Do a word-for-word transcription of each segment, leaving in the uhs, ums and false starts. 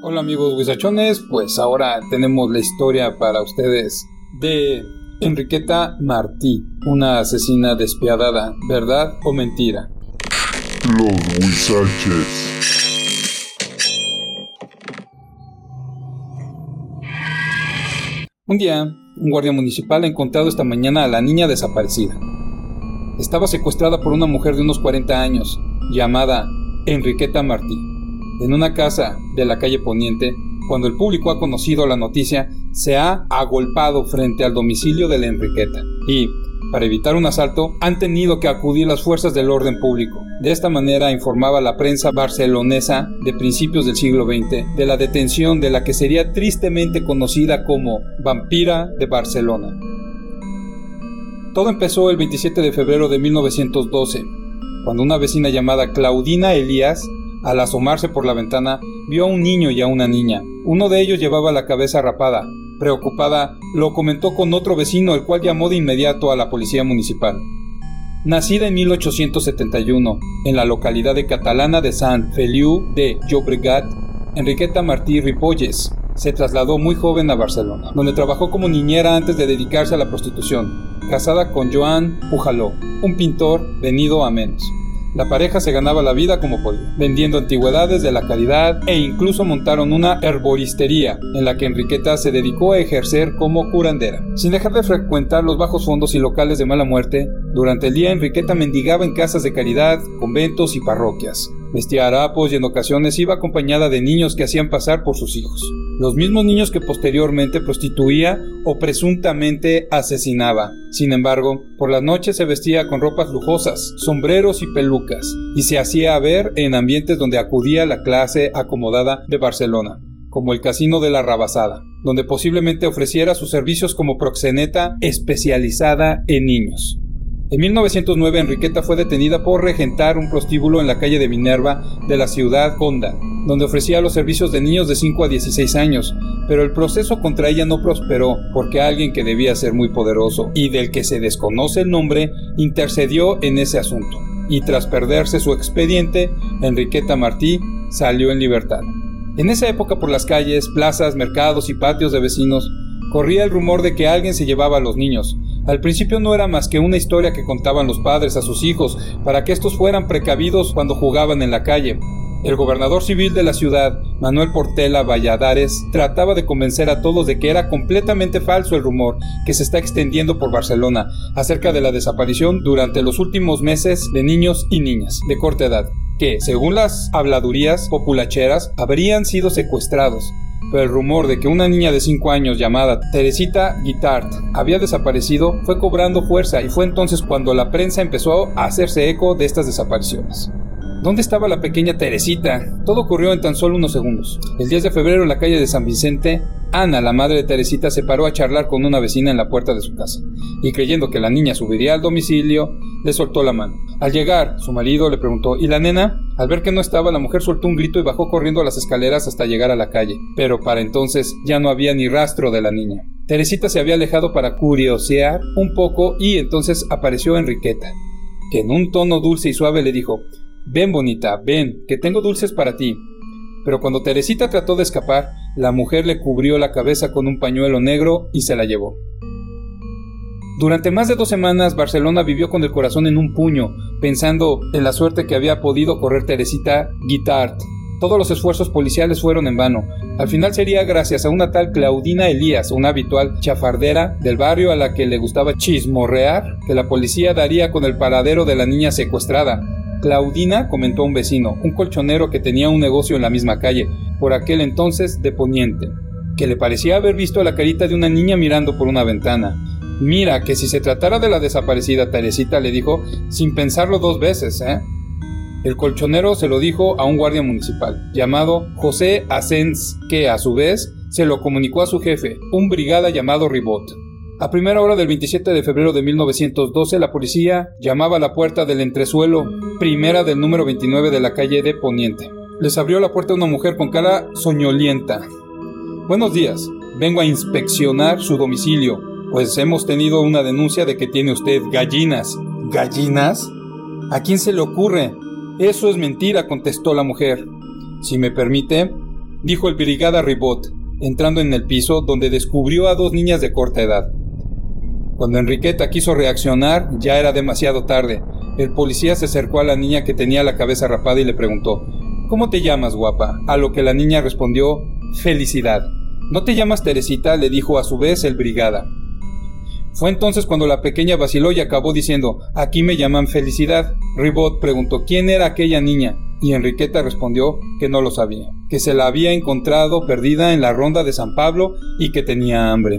Hola amigos huizachones, pues ahora tenemos la historia para ustedes de Enriqueta Martí, una asesina despiadada, ¿verdad o mentira? Los huizaches. Un día, un guardia municipal ha encontrado esta mañana a la niña desaparecida. Estaba secuestrada por una mujer de unos cuarenta años, llamada Enriqueta Martí, en una casa de la calle Poniente. Cuando el público ha conocido la noticia, se ha agolpado frente al domicilio de la Enriqueta y, para evitar un asalto, han tenido que acudir las fuerzas del orden público. De esta manera informaba la prensa barcelonesa de principios del siglo veinte de la detención de la que sería tristemente conocida como Vampira de Barcelona. Todo empezó el veintisiete de febrero de mil novecientos doce, cuando una vecina llamada Claudina Elías, al asomarse por la ventana, vio a un niño y a una niña. Uno de ellos llevaba la cabeza rapada. Preocupada, lo comentó con otro vecino, el cual llamó de inmediato a la policía municipal. Nacida en mil ochocientos setenta y uno, en la localidad de catalana de Sant Feliu de Llobregat, Enriqueta Martí Ripolles se trasladó muy joven a Barcelona, donde trabajó como niñera antes de dedicarse a la prostitución, casada con Joan Pujaló, un pintor venido a menos. La pareja se ganaba la vida como podía, vendiendo antigüedades de la caridad, e incluso montaron una herboristería en la que Enriqueta se dedicó a ejercer como curandera. Sin dejar de frecuentar los bajos fondos y locales de mala muerte, durante el día Enriqueta mendigaba en casas de caridad, conventos y parroquias. Vestía harapos y en ocasiones iba acompañada de niños que hacían pasar por sus hijos. Los mismos niños que posteriormente prostituía o presuntamente asesinaba. Sin embargo, por las noches se vestía con ropas lujosas, sombreros y pelucas, y se hacía ver en ambientes donde acudía la clase acomodada de Barcelona, como el Casino de la Rabasada, donde posiblemente ofreciera sus servicios como proxeneta especializada en niños. En mil novecientos nueve, Enriqueta fue detenida por regentar un prostíbulo en la calle de Minerva de la ciudad Honda, donde ofrecía los servicios de niños de cinco a dieciséis años, pero el proceso contra ella no prosperó porque alguien que debía ser muy poderoso y del que se desconoce el nombre intercedió en ese asunto, y tras perderse su expediente, Enriqueta Martí salió en libertad. En esa época, por las calles, plazas, mercados y patios de vecinos corría el rumor de que alguien se llevaba a los niños. Al principio no era más que una historia que contaban los padres a sus hijos para que estos fueran precavidos cuando jugaban en la calle. El gobernador civil de la ciudad, Manuel Portela Valladares, trataba de convencer a todos de que era completamente falso el rumor que se está extendiendo por Barcelona acerca de la desaparición durante los últimos meses de niños y niñas de corta edad, que, según las habladurías populacheras, habrían sido secuestrados. Pero el rumor de que una niña de cinco años llamada Teresita Guitart había desaparecido fue cobrando fuerza, y fue entonces cuando la prensa empezó a hacerse eco de estas desapariciones. ¿Dónde estaba la pequeña Teresita? Todo ocurrió en tan solo unos segundos. El diez de febrero, en la calle de San Vicente, Ana, la madre de Teresita, se paró a charlar con una vecina en la puerta de su casa, y creyendo que la niña subiría al domicilio, le soltó la mano. Al llegar, su marido le preguntó: ¿y la nena? Al ver que no estaba, la mujer soltó un grito y bajó corriendo las escaleras hasta llegar a la calle, pero para entonces ya no había ni rastro de la niña. Teresita se había alejado para curiosear un poco, y entonces apareció Enriqueta, que en un tono dulce y suave le dijo: «Ven, bonita, ven, que tengo dulces para ti». Pero cuando Teresita trató de escapar, la mujer le cubrió la cabeza con un pañuelo negro y se la llevó. Durante más de dos semanas, Barcelona vivió con el corazón en un puño, pensando en la suerte que había podido correr Teresita Guitart. Todos los esfuerzos policiales fueron en vano. Al final sería gracias a una tal Claudina Elías, una habitual chafardera del barrio a la que le gustaba chismorrear, que la policía daría con el paradero de la niña secuestrada. Claudina, comentó un vecino, un colchonero que tenía un negocio en la misma calle, por aquel entonces de Poniente, que le parecía haber visto la carita de una niña mirando por una ventana. «Mira, que si se tratara de la desaparecida Teresita», le dijo, sin pensarlo dos veces, ¿eh? El colchonero se lo dijo a un guardia municipal, llamado José Asens, que a su vez se lo comunicó a su jefe, un brigada llamado Ribot. A primera hora del veintisiete de febrero de mil novecientos doce, la policía llamaba a la puerta del entresuelo primera del número veintinueve de la calle de Poniente. Les abrió la puerta una mujer con cara soñolienta. «Buenos días, vengo a inspeccionar su domicilio, pues hemos tenido una denuncia de que tiene usted gallinas». «¿Gallinas? ¿A quién se le ocurre?» «Eso es mentira», contestó la mujer. «Si me permite, dijo el brigada Ribot, entrando en el piso donde descubrió a dos niñas de corta edad. Cuando Enriqueta quiso reaccionar, ya era demasiado tarde. El policía se acercó a la niña que tenía la cabeza rapada y le preguntó: «¿Cómo te llamas, guapa?», a lo que la niña respondió: «Felicidad». «¿No te llamas Teresita?», le dijo a su vez el brigada. Fue entonces cuando la pequeña vaciló y acabó diciendo: «Aquí me llaman Felicidad». Ribot preguntó quién era aquella niña, y Enriqueta respondió que no lo sabía, que se la había encontrado perdida en la ronda de San Pablo y que tenía hambre.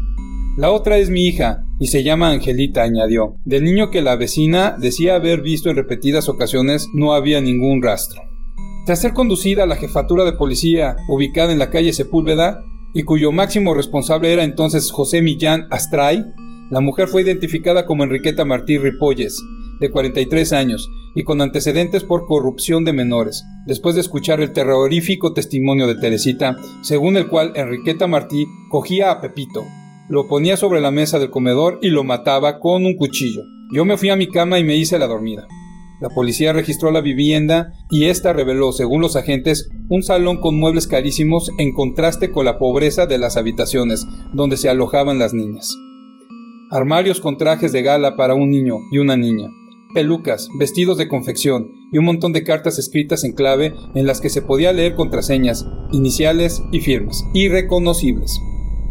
«La otra es mi hija, y se llama Angelita», añadió. Del niño que la vecina decía haber visto en repetidas ocasiones no había ningún rastro. Tras ser conducida a la jefatura de policía, ubicada en la calle Sepúlveda, y cuyo máximo responsable era entonces José Millán Astray, la mujer fue identificada como Enriqueta Martí Ripolles, de cuarenta y tres años, y con antecedentes por corrupción de menores, después de escuchar el terrorífico testimonio de Teresita, según el cual Enriqueta Martí cogía a Pepito, lo ponía sobre la mesa del comedor y lo mataba con un cuchillo. Yo me fui a mi cama y me hice la dormida. La policía registró la vivienda y esta reveló, según los agentes, un salón con muebles carísimos en contraste con la pobreza de las habitaciones donde se alojaban las niñas. Armarios con trajes de gala para un niño y una niña, pelucas, vestidos de confección y un montón de cartas escritas en clave en las que se podía leer contraseñas, iniciales y firmas, irreconocibles.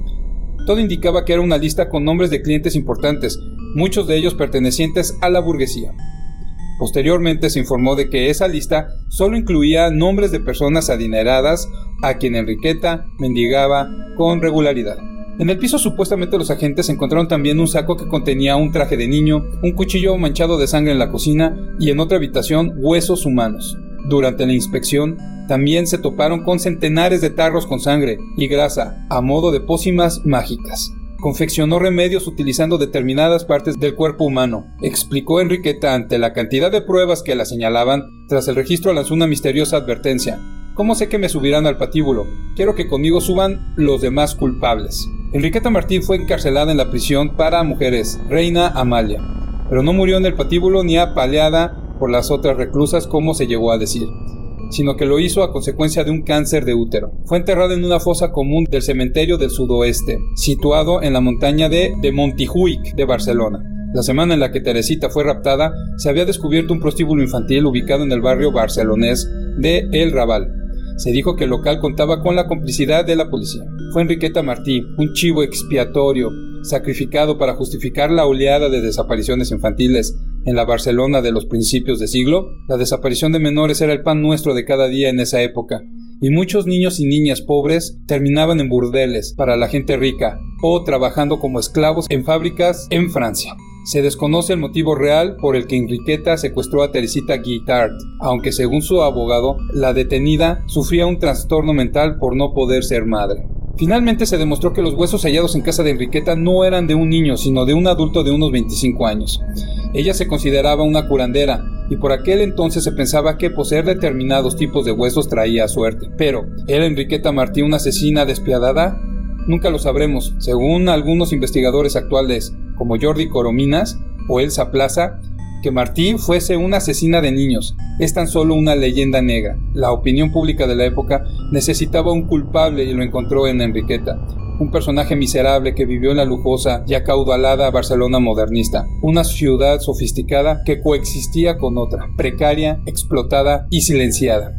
Todo indicaba que era una lista con nombres de clientes importantes, muchos de ellos pertenecientes a la burguesía. Posteriormente se informó de que esa lista solo incluía nombres de personas adineradas a quien Enriqueta mendigaba con regularidad. En el piso supuestamente los agentes encontraron también un saco que contenía un traje de niño, un cuchillo manchado de sangre en la cocina y en otra habitación huesos humanos. Durante la inspección también se toparon con centenares de tarros con sangre y grasa a modo de pócimas mágicas. Confeccionó remedios utilizando determinadas partes del cuerpo humano, explicó Enriqueta ante la cantidad de pruebas que la señalaban. Tras el registro lanzó una misteriosa advertencia: «¿Cómo sé que me subirán al patíbulo? Quiero que conmigo suban los demás culpables». Enriqueta Martí fue encarcelada en la prisión para mujeres Reina Amalia, pero no murió en el patíbulo ni apaleada por las otras reclusas como se llegó a decir, sino que lo hizo a consecuencia de un cáncer de útero. Fue enterrada en una fosa común del cementerio del sudoeste, situado en la montaña de, de Montijuic de Barcelona. La semana en la que Teresita fue raptada, se había descubierto un prostíbulo infantil ubicado en el barrio barcelonés de El Raval. Se dijo que el local contaba con la complicidad de la policía. Fue Enriqueta Martí, un chivo expiatorio, sacrificado para justificar la oleada de desapariciones infantiles en la Barcelona de los principios de siglo. La desaparición de menores era el pan nuestro de cada día en esa época, y muchos niños y niñas pobres terminaban en burdeles para la gente rica o trabajando como esclavos en fábricas en Francia. Se desconoce el motivo real por el que Enriqueta secuestró a Teresita Guitart, aunque según su abogado, la detenida sufría un trastorno mental por no poder ser madre. Finalmente se demostró que los huesos hallados en casa de Enriqueta no eran de un niño, sino de un adulto de unos veinticinco años. Ella se consideraba una curandera, y por aquel entonces se pensaba que poseer determinados tipos de huesos traía suerte. Pero, ¿era Enriqueta Martí una asesina despiadada? Nunca lo sabremos. Según algunos investigadores actuales, como Jordi Corominas o Elsa Plaza, que Martí fuese una asesina de niños es tan solo una leyenda negra. La opinión pública de la época necesitaba un culpable y lo encontró en Enriqueta, un personaje miserable que vivió en la lujosa y acaudalada Barcelona modernista, una ciudad sofisticada que coexistía con otra, precaria, explotada y silenciada.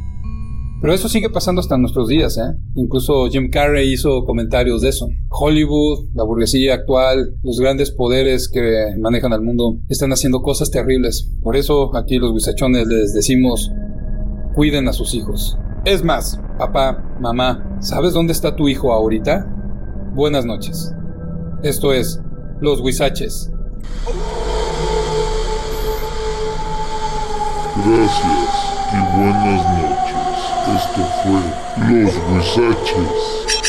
Pero eso sigue pasando hasta nuestros días, ¿eh? Incluso Jim Carrey hizo comentarios de eso. Hollywood, la burguesía actual, los grandes poderes que manejan al mundo están haciendo cosas terribles. Por eso aquí los huizachones les decimos: cuiden a sus hijos. Es más, papá, mamá, ¿sabes dónde está tu hijo ahorita? Buenas noches. Esto es Los Huizaches. Gracias y buenas noches. Esto fue Los Huizaches.